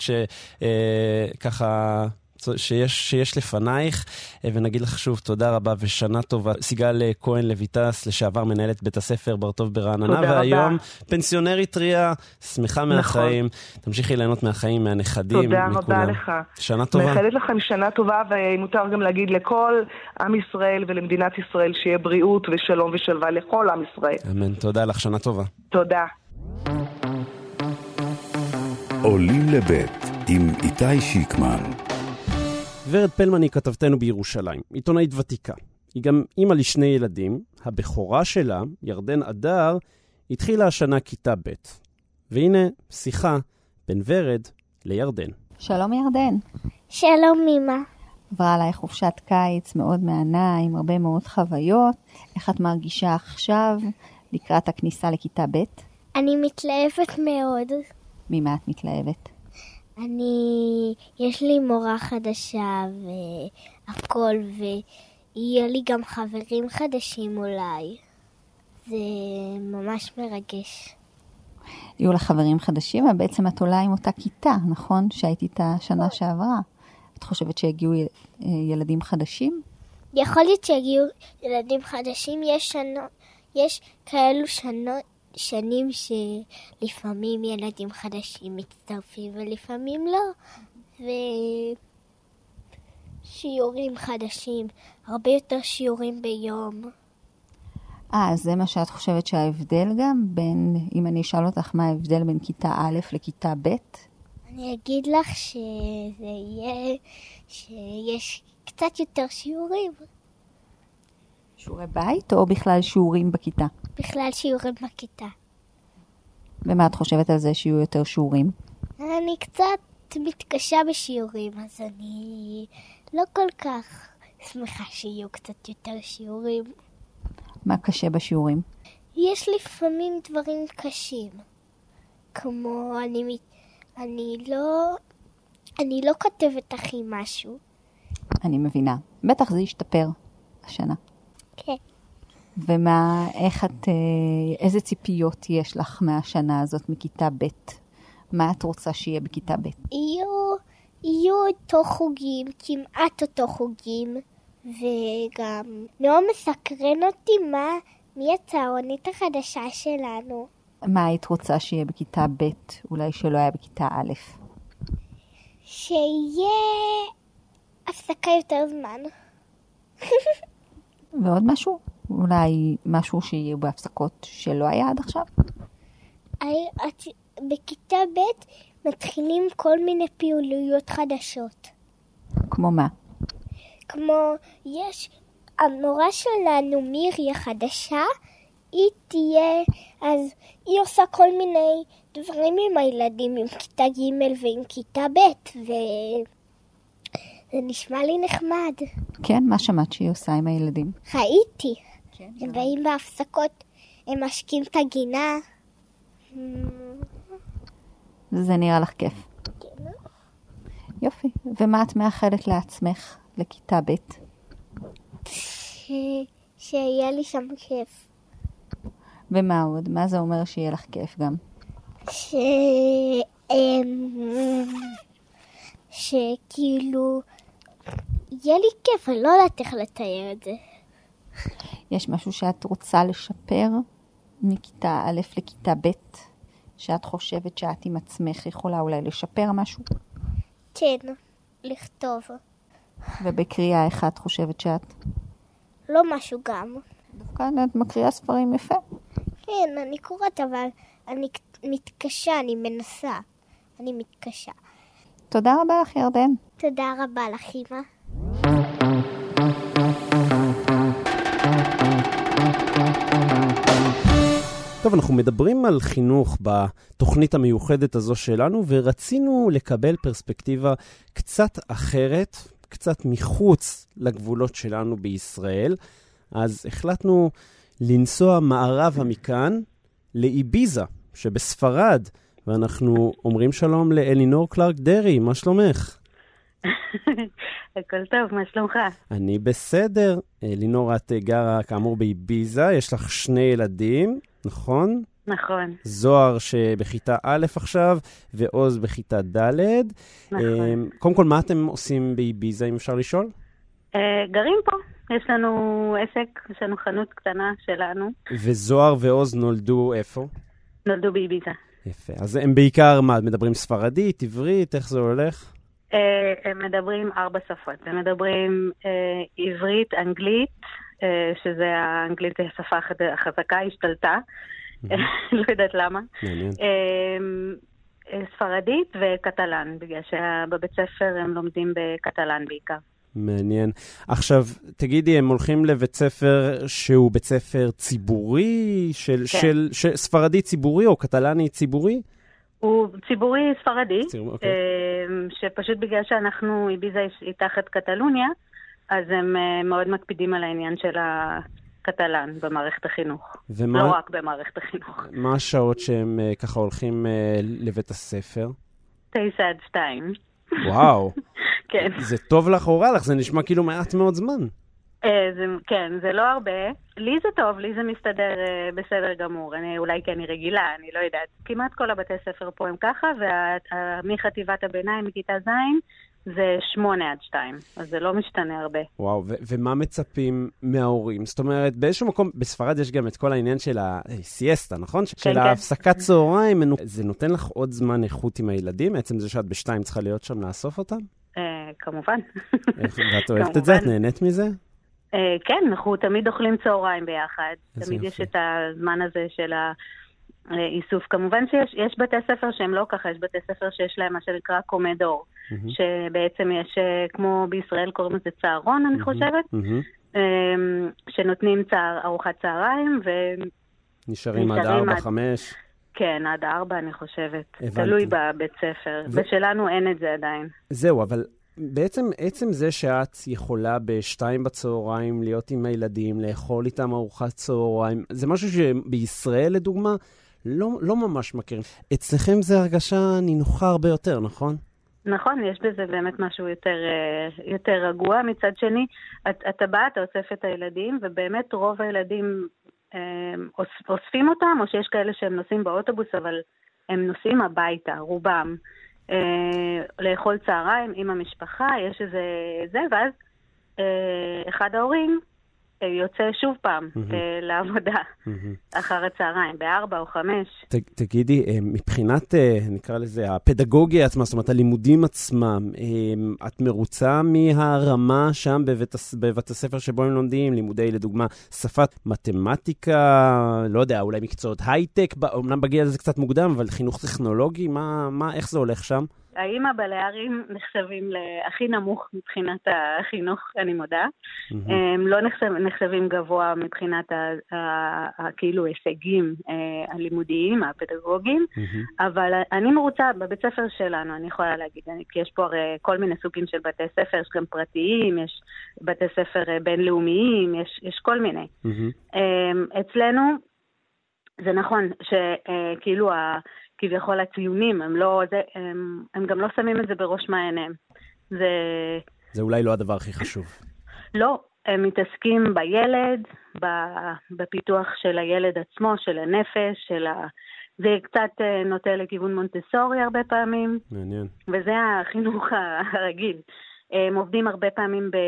שככה... שיש, שיש לפנייך, ונגיד לך שוב תודה רבה ושנה טובה. סיגל כהן לויטס, לשעבר מנהלת בית הספר ברטוב ברעננה, והיום רבה. פנסיונרית טריה, שמחה מהחיים. נכון. תמשיכי ליהנות מהחיים, מהנכדים, תודה מכולם. רבה לך. שנה טובה. מאחלת לכם שנה טובה, ומותר גם להגיד לכל עם ישראל ולמדינת ישראל שיהיה בריאות ושלום ושלווה לכל עם ישראל. אמן, תודה לך, שנה טובה. תודה. עולים לבית עם איתי שיקמן. ורד פלמן היא כתבתנו בירושלים, עיתונאית ותיקה. היא גם אימא לשני ילדים. הבכורה שלה, ירדן אדר, התחילה השנה כיתה ב'. והנה שיחה בין ורד לירדן. שלום ירדן. שלום אמא. עברה עליי חופשת קיץ מאוד מענה, עם הרבה מאוד חוויות. איך את מרגישה עכשיו לקראת הכניסה לכיתה ב'? אני מתלהבת מאוד. ממה את מתלהבת? אני, יש לי מורה חדשה והכל, ויהיה לי גם חברים חדשים אולי. זה ממש מרגש. יהיו לך חברים חדשים, אבל בעצם את עולה עם אותה כיתה, נכון? שהיית איתה שנה שעברה. את חושבת שהגיעו ילדים חדשים? יכול להיות שהגיעו ילדים חדשים, יש, שנו, יש כאלו שנות, שנים שלפעמים ילדים חדשים מצטרפים ולפעמים לא, ושיעורים חדשים, הרבה יותר שיעורים ביום. אה, אז זה מה שאת חושבת שההבדל גם בין, אם אני אשאל אותך מה ההבדל בין כיתה א' לכיתה ב'? אני אגיד לך שזה יהיה, שיש קצת יותר שיעורים. שיעורי בית או בכלל שיעורים בכיתה? בכלל שיעורים בכיתה. ומה את חושבת על זה שיהיו יותר שיעורים? אני קצת מתקשה בשיעורים, אז אני לא כל כך שמחה שיהיו קצת יותר שיעורים. מה קשה בשיעורים? יש לפעמים דברים קשים. כמו אני, אני לא, אני לא כותבת הכי משהו. אני מבינה. בטח זה ישתפר השנה. כן. ומה, איך את, איזה ציפיות יש לך מהשנה הזאת מכיתה ב'? מה את רוצה שיהיה בכיתה ב'? יהיו, יהיו אותו חוגים, כמעט אותו חוגים, וגם לא מסקרן אותי מה, מי הצהרונית החדשה שלנו. מה היית רוצה שיהיה בכיתה ב', אולי שלא היה בכיתה א'? שיהיה הפסקה יותר זמן. ועוד משהו? אולי משהו שיהיה בהפסקות שלא היה עד עכשיו? בכיתה ב' מתחילים כל מיני פעילויות חדשות. כמו מה? כמו יש, המורה שלנו מירי החדשה, היא תהיה, אז היא עושה כל מיני דברים עם הילדים, עם כיתה ג' ועם כיתה ב', וזה נשמע לי נחמד. כן, מה שמעת שהיא עושה עם הילדים? ראיתי. כן, הם באים בהפסקות, הם משקים את הגינה. זה נראה לך כיף. כן. יופי. ומה את מאחלת לעצמך לכיתה ב'? ש... שיהיה לי שם כיף. ומה עוד? מה זה אומר שיהיה לך כיף גם? ש... שכאילו יהיה לי כיף, אני לא יודעת איך לתאר את זה. יש משהו שאת רוצה לשפר מכיתה א' לכיתה ב', שאת חושבת שאת עם עצמך יכולה אולי לשפר משהו? כן, לכתוב. ובקריאה איך את חושבת שאת? לא משהו גם. דווקא את מקריאה ספרים יפה. כן, אני קוראת, אבל אני מתקשה, אני מנסה. אני מתקשה. תודה רבה לך, ירדן. תודה רבה לך, אמא. טוב, אנחנו מדברים על חינוך בתוכנית המיוחדת הזו שלנו, ורצינו לקבל פרספקטיבה קצת אחרת, קצת מחוץ לגבולות שלנו בישראל. אז החלטנו לנסוע מערבה מכאן לאיביזה שבספרד, ואנחנו אומרים שלום לאלינור קלארק דרי. מה שלומך? הכל טוב, מה שלומך? אני בסדר. אלינור, את גרה כאמור באיביזה, יש לך שני ילדים, נכון? נכון. זוהר שבכיתה א' עכשיו, ועוז בכיתה ד'. נכון. קודם כל, מה אתם עושים באיביזה, אם אפשר לשאול? גרים פה. יש לנו עסק, יש לנו חנות קטנה שלנו. וזוהר ועוז נולדו איפה? נולדו באיביזה. יפה. אז הם בעיקר, מה, מדברים ספרדית, עברית, איך זה הולך? הם מדברים ארבע שפות. הם מדברים עברית, אנגלית, שזה האנגלית השפה החזקה, השתלטה. לא יודעת למה. מעניין. ספרדית וקטלן, בגלל שבבית ספר הם לומדים בקטלן בעיקר. מעניין. עכשיו, תגידי, הם הולכים לבית ספר שהוא בית ספר ציבורי, של, כן. של, של ספרדי ציבורי או קטלני ציבורי? הוא ציבורי ספרדי, ציבור, אוקיי. שפשוט בגלל שאנחנו, איביזה היא תחת קטלוניה, אז הם מאוד מקפידים על העניין של הקטלן במערכת החינוך. ומה, לא רק במערכת החינוך. מה השעות שהם ככה הולכים לבית הספר? תשע עד שתיים. וואו. כן. זה טוב לך או רע לך? זה נשמע כאילו מעט מאוד זמן. זה, כן, זה לא הרבה. לי זה טוב, לי זה מסתדר בסדר גמור. אני, אולי כי אני רגילה, אני לא יודעת. כמעט כל הבתי ספר פה הם ככה, ומחטיבת הביניים, מכיתה זין, זה שמונה עד שתיים. אז זה לא משתנה הרבה. וואו, ו- ומה מצפים מההורים? זאת אומרת, באיזשהו מקום, בספרד יש גם את כל העניין של הסיאסטה, נכון? כן, של כן. ההפסקת צהריים. זה נותן לך עוד זמן איכות עם הילדים? בעצם זה שאת בשתיים צריכה להיות שם לאסוף אותם? אה, כמובן. ואת אוהבת את זה? את נהנית מזה? כן, אנחנו תמיד אוכלים צהריים ביחד. תמיד יש את הזמן הזה של האיסוף. כמובן שיש בתי ספר שהם לא ככה, יש בתי ספר שיש להם מה שנקרא קומדור. שבעצם יש, כמו בישראל קוראים לזה צהרון, אני חושבת, שנותנים ארוחת צהריים, ו... נשארים עד ארבע, חמש. כן, עד ארבע, אני חושבת. תלוי בבית ספר. ושלנו אין את זה עדיין. זהו, אבל בעצם עצם זה שאת יכולה בשתיים בצהריים להיות עם הילדים, לאכול איתם ארוחת צהריים, זה משהו שבישראל, לדוגמה, לא, לא ממש מכירים. אצלכם זה הרגשה נינוחה הרבה יותר, נכון? נכון, יש בזה באמת משהו יותר, יותר רגוע. מצד שני, את, אתה בא, אתה אוסף את הילדים, ובאמת רוב הילדים אוספים אותם, או שיש כאלה שהם נוסעים באוטובוס, אבל הם נוסעים הביתה, רובם, לאכול צהריים עם המשפחה, יש איזה זה, ואז אחד ההורים יוצא שוב פעם לעבודה אחר הצהריים, בארבע או חמש. תגידי, מבחינת, נקרא לזה, הפדגוגיה עצמה, זאת אומרת, הלימודים עצמם, את מרוצה מהרמה שם בבית הספר שבו הם לומדים, לימודי, לדוגמה, שפת מתמטיקה, לא יודע, אולי מקצועות הייטק, אמנם בגיל הזה קצת מוקדם, אבל חינוך טכנולוגי, מה, מה, איך זה הולך שם? האם הבלערים נחשבים להכי נמוך מבחינת החינוך, אני מודה. הם לא נחשבים גבוה מבחינת כאילו הישגים הלימודיים, הפדגוגיים, אבל אני מרוצה בבית ספר שלנו, אני יכולה להגיד, כי יש פה הרי כל מיני סוגים של בתי ספר, יש גם פרטיים, יש בתי ספר בינלאומיים, יש, יש כל מיני. אצלנו זה נכון שכאילו ה... כביכול הציונים, הם לא, זה, הם, הם גם לא שמים את זה בראש מעייניהם. זה... זה אולי לא הדבר הכי חשוב. לא, הם מתעסקים בילד, בפיתוח של הילד עצמו, של הנפש, של ה... זה קצת נוטה לכיוון מונטסורי הרבה פעמים. מעניין. וזה החינוך הרגיל. הם עובדים הרבה פעמים ב...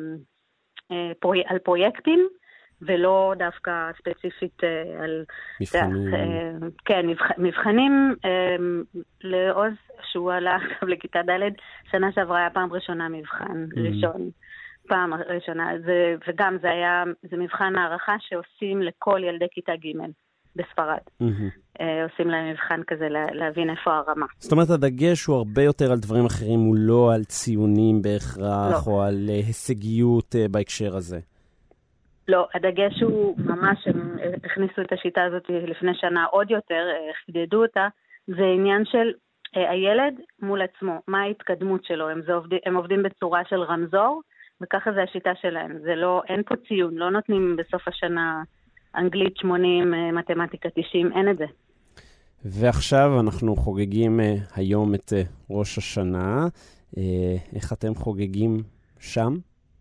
על פרויקטים, ולא דווקא ספציפית על... מבחנים. כן, מבחנים לעוז שהוא עלה עכשיו לכיתה ד' שנה שעברה היה פעם ראשונה מבחן ראשון. פעם ראשונה, וגם זה היה, זה מבחן הערכה שעושים לכל ילדי כיתה ג' בספרד. עושים להם מבחן כזה להבין איפה הרמה. זאת אומרת, הדגש הוא הרבה יותר על דברים אחרים, הוא לא על ציונים בהכרח, או על הישגיות בהקשר הזה. לא, הדגש הוא ממש, הם הכניסו את השיטה הזאת לפני שנה עוד יותר, חידדו אותה, זה עניין של הילד מול עצמו, מה ההתקדמות שלו, הם, עובדים, הם עובדים בצורה של רמזור, וככה זה השיטה שלהם, זה לא, אין פה ציון, לא נותנים בסוף השנה אנגלית שמונים, מתמטיקה תשעים, אין את זה. ועכשיו אנחנו חוגגים היום את ראש השנה, איך אתם חוגגים שם?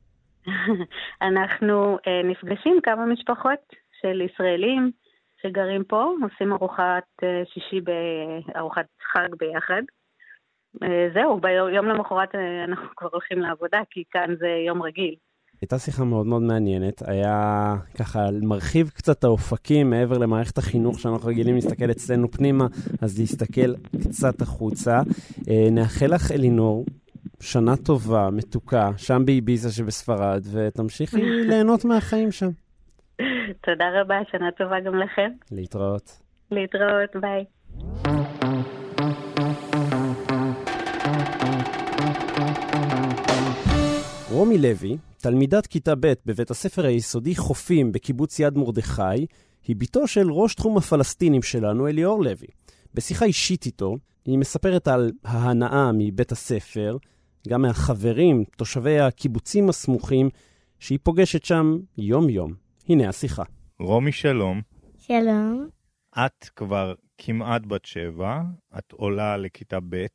אנחנו uh, נפגשים כמה משפחות של ישראלים שגרים פה, עושים ארוחת uh, שישי בארוחת חג ביחד. Uh, זהו, ביום למחרת uh, אנחנו כבר הולכים לעבודה, כי כאן זה יום רגיל. הייתה שיחה מאוד מאוד מעניינת, היה ככה מרחיב קצת האופקים מעבר למערכת החינוך שאנחנו רגילים להסתכל אצלנו פנימה, אז להסתכל קצת החוצה. Uh, נאחל לך אלינור, שנה טובה, מתוקה, שם באיביזה שבספרד, ותמשיכי ליהנות מהחיים שם. תודה רבה, שנה טובה גם לכם. להתראות. להתראות, ביי. רומי לוי, תלמידת כיתה ב' בבית הספר היסודי חופים בקיבוץ יד מרדכי, היא ביתו של ראש תחום הפלסטינים שלנו, אליאור לוי. בשיחה אישית איתו, היא מספרת על ההנאה מבית הספר, גם מהחברים, תושבי הקיבוצים הסמוכים, שהיא פוגשת שם יום-יום. הנה השיחה. רומי, שלום. שלום. את כבר כמעט בת שבע, את עולה לכיתה ב',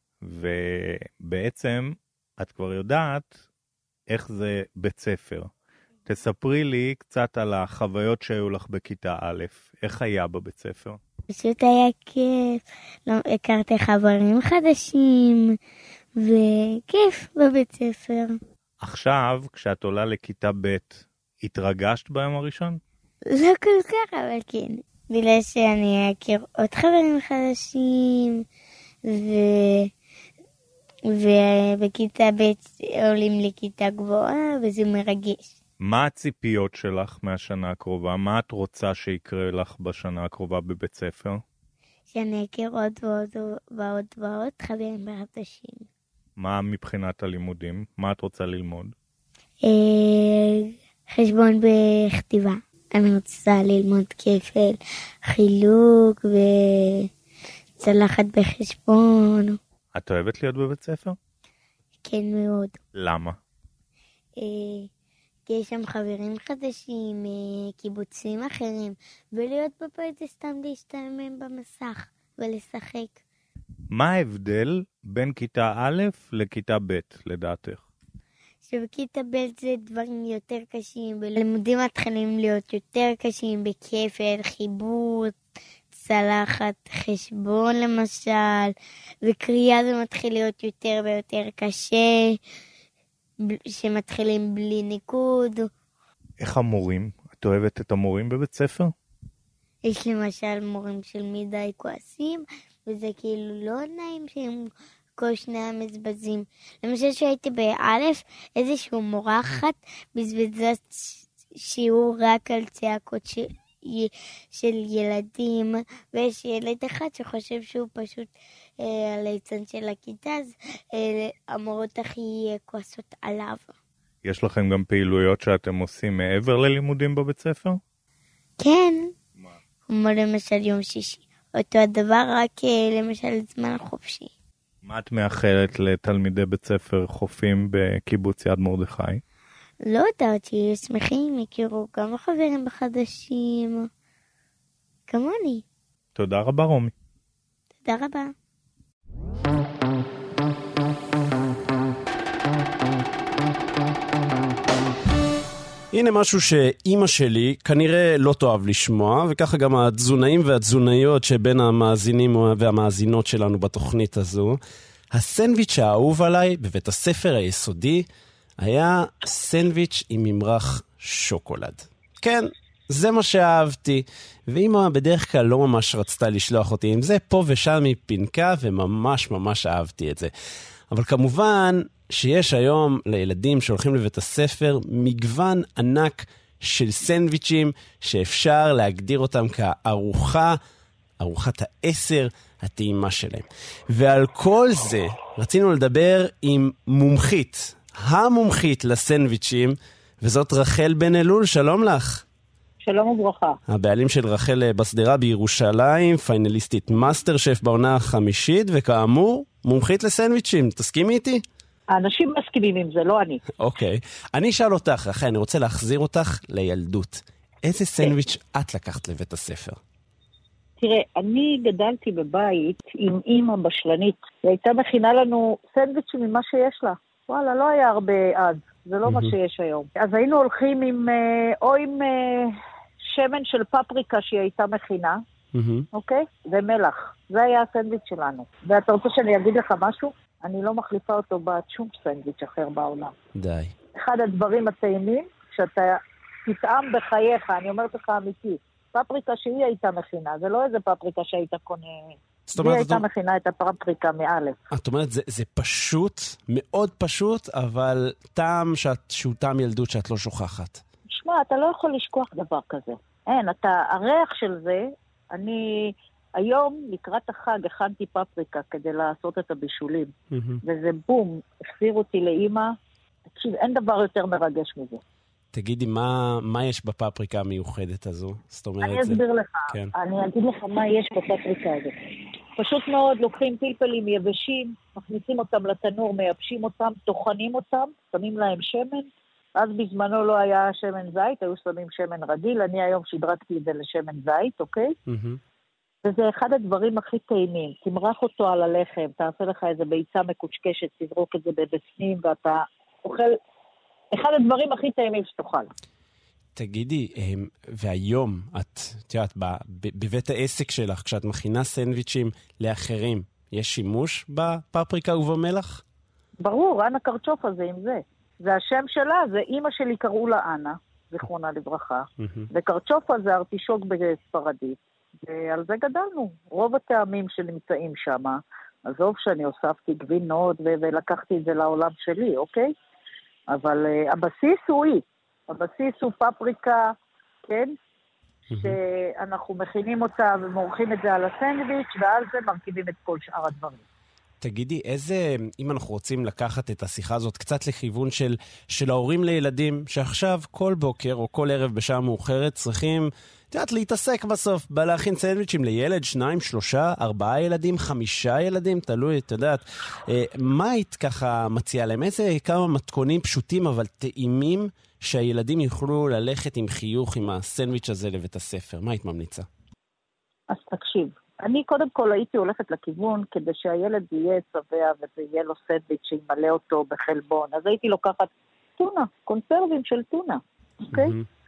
ובעצם את כבר יודעת איך זה בית ספר. תספרי לי קצת על החוויות שהיו לך בכיתה א', איך היה בבית ספר? פשוט היה כיף, לא, הכרתי חברים חדשים, וכיף בבית ספר. עכשיו, כשאת עולה לכיתה ב', התרגשת ביום הראשון? לא כל כך, אבל כן. בגלל שאני אכיר עוד חברים חדשים, ו... ובכיתה ב' עולים לכיתה גבוהה, וזה מרגש. מה הציפיות שלך מהשנה הקרובה? מה את רוצה שיקרה לך בשנה הקרובה בבית ספר? שאני אכיר עוד ועוד ועוד ועוד חברים חדשים. מה מבחינת הלימודים? מה את רוצה ללמוד? חשבון בכתיבה. אני רוצה ללמוד כפל, חילוק וצלחת בחשבון. את אוהבת להיות בבית ספר? כן מאוד. למה? כי יש שם חברים חדשים, קיבוצים אחרים, ולהיות בבית זה סתם להשתמם במסך ולשחק. מה ההבדל בין כיתה א' לכיתה ב' לדעתך? שבכיתה ב' זה דברים יותר קשים, בלימודים מתחילים להיות יותר קשים, בכפל, חיבור, צלחת, חשבון למשל, וקריאה זה מתחיל להיות יותר ויותר קשה, שמתחילים בלי ניקוד. איך המורים? את אוהבת את המורים בבית ספר? יש למשל מורים של מדי כועסים, וזה כאילו לא נעים שהם כל שני המזבזים. למשל שהייתי באלף, איזשהו מורה אחת בזבזה שיעור רק על צעקות ש... של ילדים, ויש ילד אחד שחושב שהוא פשוט אה, הליצן של הכיתה, אז אה, המורות הכי כועסות עליו. יש לכם גם פעילויות שאתם עושים מעבר ללימודים בבית ספר? כן. מה? כמו למשל יום שישי. אותו הדבר, רק למשל זמן חופשי. מה את מאחלת לתלמידי בית ספר חופים בקיבוץ יד מרדכי? לא יודעת, שיהיו שמחים, יכירו גם החברים החדשים, כמוני. תודה רבה רומי. תודה רבה. הנה משהו שאימא שלי כנראה לא תאהב לשמוע, וככה גם התזונאים והתזונאיות שבין המאזינים והמאזינות שלנו בתוכנית הזו. הסנדוויץ' האהוב עליי בבית הספר היסודי היה סנדוויץ' עם ממרח שוקולד. כן, זה מה שאהבתי, ואימא בדרך כלל לא ממש רצתה לשלוח אותי עם זה, פה ושם מפינקה, וממש ממש אהבתי את זה. אבל כמובן שיש היום לילדים שהולכים לבית הספר מגוון ענק של סנדוויצ'ים שאפשר להגדיר אותם כארוחה, ארוחת העשר הטעימה שלהם. ועל כל זה רצינו לדבר עם מומחית, המומחית לסנדוויצ'ים, וזאת רחל בן אלול. שלום לך. שלום וברכה. הבעלים של רחל בסדרה בירושלים, פיינליסטית מאסטר שף בעונה החמישית, וכאמור, מומחית לסנדוויצ'ים. תסכימי איתי? האנשים מסכימים עם זה, לא אני. אוקיי. אני אשאל אותך, רחל, אני רוצה להחזיר אותך לילדות. איזה סנדוויץ' את לקחת לבית הספר? תראה, אני גדלתי בבית עם אמא בשלנית, והייתה מכינה לנו סנדוויץ' ממה שיש לה. וואלה, לא היה הרבה אז, זה לא מה שיש היום. אז היינו הולכים עם, או עם שמן של פפריקה שהיא הייתה מכינה, אוקיי? ומלח. זה היה הסנדוויץ' שלנו. ואתה רוצה שאני אגיד לך משהו? אני לא מחליפה אותו בשום סנדוויץ' אחר בעולם. די. אחד הדברים הטעימים, שאתה תטעם בחייך, אני אומרת לך אמיתי, פפריקה שהיא הייתה מכינה, זה לא איזה פפריקה שהיית קונה, היא הייתה מכינה את הפפריקה מאלף. את אומרת, זה, זה פשוט, מאוד פשוט, אבל טעם שאת, שהוא טעם ילדות שאת לא שוכחת. שמע, אתה לא יכול לשכוח דבר כזה. אין, אתה, הריח של זה, אני היום לקראת החג הכנתי פפריקה כדי לעשות את הבישולים, mm-hmm. וזה בום, החזיר אותי לאמא, תקשיב, אין דבר יותר מרגש מזה. תגידי, מה, מה יש בפפריקה המיוחדת הזו? זאת אומרת, אני אסביר זה... לך, כן. אני אגיד לך מה יש בפפריקה הזאת. פשוט מאוד, לוקחים פלפלים יבשים, מכניסים אותם לתנור, מייבשים אותם, טוחנים אותם, שמים להם שמן, אז בזמנו לא היה שמן זית, היו שמים שמן רגיל, אני היום שדרגתי את זה לשמן זית, אוקיי? Mm-hmm. וזה אחד הדברים הכי טעימים, תמרח אותו על הלחם, תעשה לך איזה ביצה מקושקשת, תזרוק את זה בבפנים, ואתה אוכל, אחד הדברים הכי טעימים שתאכל. תגידי, והיום את, תראית, בבית העסק שלך, כשאת מכינה סנדוויצ'ים לאחרים, יש שימוש בפפריקה ובמלח? ברור, אנה קרצ'וף הזה עם זה. זה השם שלה, זה אמא שלי קראו לה אנה, זכרונה לברכה, וקרצ'ופה זה ארטישוק בספרדית, ועל זה גדלנו. רוב הטעמים שנמצאים שם, עזוב שאני הוספתי גבינות ולקחתי את זה לעולם שלי, אוקיי? אבל uh, הבסיס הוא אי. הבסיס הוא פפריקה, כן? שאנחנו מכינים אותה ומורחים את זה על הסנדוויץ', ועל זה מרכיבים את כל שאר הדברים. תגידי, איזה, אם אנחנו רוצים לקחת את השיחה הזאת קצת לכיוון של, של ההורים לילדים, שעכשיו כל בוקר או כל ערב בשעה מאוחרת צריכים, את יודעת, להתעסק בסוף, בלהכין סנדוויצ'ים לילד, שניים, שלושה, ארבעה ילדים, חמישה ילדים, תלוי, את יודעת. מה היית ככה מציעה להם? איזה כמה מתכונים פשוטים, אבל טעימים, שהילדים יוכלו ללכת עם חיוך עם הסנדוויץ' הזה לבית הספר? מה היית ממליצה? אז תקשיב, אני קודם כל הייתי הולכת לכיוון כדי שהילד יהיה שבע וזה יהיה לו סנדוויץ' שימלא אותו בחלבון. אז הייתי לוקחת טונה, קונסרבים של טונה, אוקיי?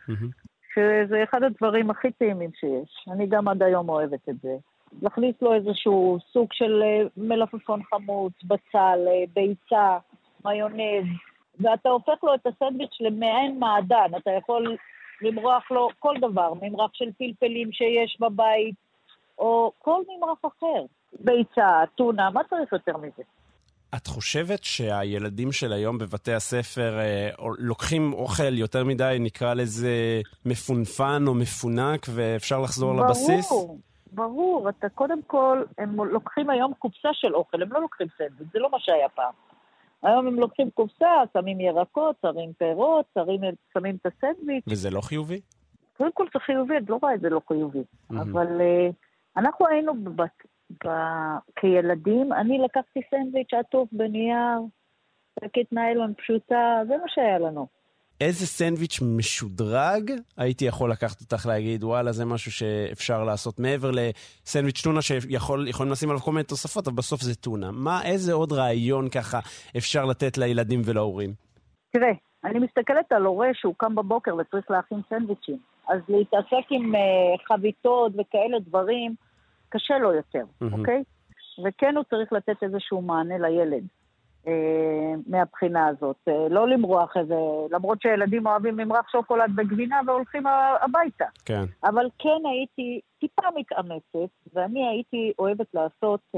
שזה אחד הדברים הכי טעימים שיש. אני גם עד היום אוהבת את זה. להכניס לו איזשהו סוג של מלפפון חמוץ, בצל, ביצה, מיונז, ואתה הופך לו את הסנדוויץ' למעין מעדן. אתה יכול למרוח לו כל דבר, ממרח של פלפלים שיש בבית, או כל ממרח אחר. ביצה, טונה, מה צריך יותר מזה? את חושבת שהילדים של היום בבתי הספר אה, לוקחים אוכל יותר מדי, נקרא לזה מפונפן או מפונק, ואפשר לחזור ברור, לבסיס? ברור, ברור. אתה קודם כל, הם לוקחים היום קופסה של אוכל, הם לא לוקחים סנדוויץ', זה לא מה שהיה פעם. היום הם לוקחים קופסה, שמים ירקות, שמים פירות, שמים, שמים את הסנדוויץ'. וזה לא חיובי? קודם כל זה חיובי, את לא רואה את זה לא חיובי. Mm-hmm. אבל uh, אנחנו היינו בבת... ב- כילדים, אני לקחתי סנדוויץ' עטוף בנייר, שקית ניילון פשוטה, זה מה שהיה לנו. איזה סנדוויץ' משודרג הייתי יכול לקחת אותך להגיד, וואלה, זה משהו שאפשר לעשות מעבר לסנדוויץ' טונה שיכולים לשים עליו כל מיני תוספות, אבל בסוף זה טונה. מה, איזה עוד רעיון ככה אפשר לתת לילדים ולהורים? תראה, אני מסתכלת על הורה שהוא קם בבוקר וצריך להכין סנדוויצ'ים, אז להתעסק עם uh, חביתות וכאלה דברים, קשה לו יותר, mm-hmm. אוקיי? וכן הוא צריך לתת איזשהו מענה לילד אה, מהבחינה הזאת. אה, לא למרוח איזה, למרות שילדים אוהבים למרח שוקולד בגבינה והולכים הביתה. כן. אבל כן הייתי טיפה מתאמצת, ואני הייתי אוהבת לעשות אה,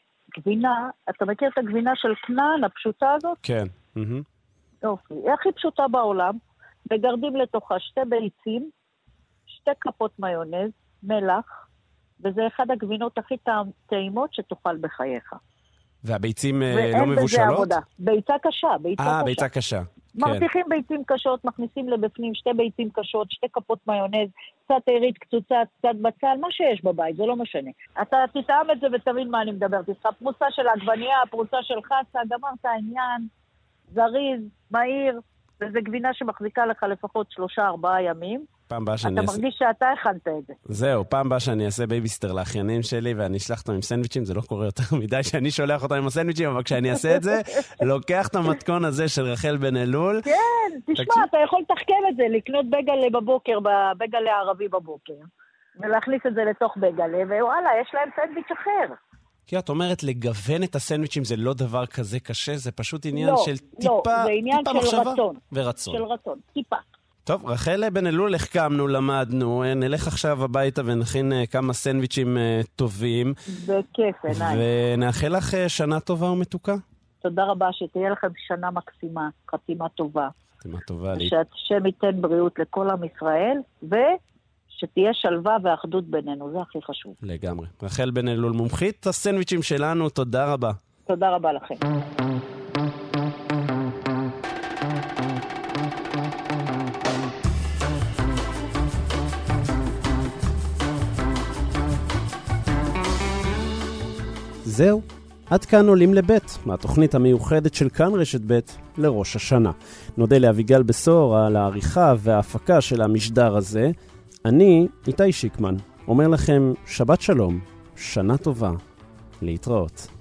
גבינה, אתה מכיר את הגבינה של כנען, הפשוטה הזאת? כן. Mm-hmm. אוקיי. היא הכי פשוטה בעולם, וגרדים לתוכה שתי ביצים, שתי כפות מיונז, מלח, וזה אחד הגבינות הכי טעימות שתוכל בחייך. והביצים לא מבושלות? ואין בזה עבודה. ביצה קשה, ביצה קשה. אה, ביצה קשה. מרתיחים ביצים קשות, מכניסים לבפנים שתי ביצים קשות, שתי כפות מיונז, קצת עירית, קצוצה, קצת בצל, מה שיש בבית, זה לא משנה. אתה תטעם את זה ותבין מה אני מדברת. איתך פרוסה של עגבנייה, פרוסה של חסה, גמרת העניין, זריז, מהיר, וזה גבינה שמחזיקה לך לפחות שלושה, ארבעה ימים. פעם באה שאני אתה אעשה... מרגיש שאתה הכנת את זה. זהו, פעם באה שאני אעשה בייביסטר לאחיינים שלי, ואני אשלח אותם עם סנדוויצ'ים, זה לא קורה יותר מדי שאני שולח אותם עם הסנדוויצ'ים, אבל כשאני אעשה את זה, לוקח את המתכון הזה של רחל בן אלול. כן, תשמע, תקשיב... אתה יכול לתחכם את זה, לקנות בגלה בבוקר, בגלה הערבי בבוקר, ולהכניס את זה לתוך בגלה, ווואלה, יש להם סנדוויץ' אחר. כי את אומרת, לגוון את הסנדוויצ'ים זה לא דבר כזה קשה, זה פשוט עניין לא, של טיפה, לא, זה עניין טיפה של מחשבה רצון. ורצון. של רצון, טיפה. טוב, רחל בן אלול, החכמנו, למדנו, נלך עכשיו הביתה ונכין כמה סנדוויצ'ים טובים. בכיף, עיניי. ונאחל לך שנה טובה ומתוקה. תודה רבה, שתהיה לכם שנה מקסימה, חתימה טובה. חתימה טובה לי. שהשם ייתן בריאות לכל עם ישראל, ושתהיה שלווה ואחדות בינינו, זה הכי חשוב. לגמרי. רחל בן אלול, מומחית הסנדוויצ'ים שלנו, תודה רבה. תודה רבה לכם. זהו, עד כאן עולים לבית, מהתוכנית המיוחדת של כאן רשת בית לראש השנה. נודה לאביגל בסור על העריכה וההפקה של המשדר הזה. אני, איתי שיקמן, אומר לכם שבת שלום, שנה טובה, להתראות.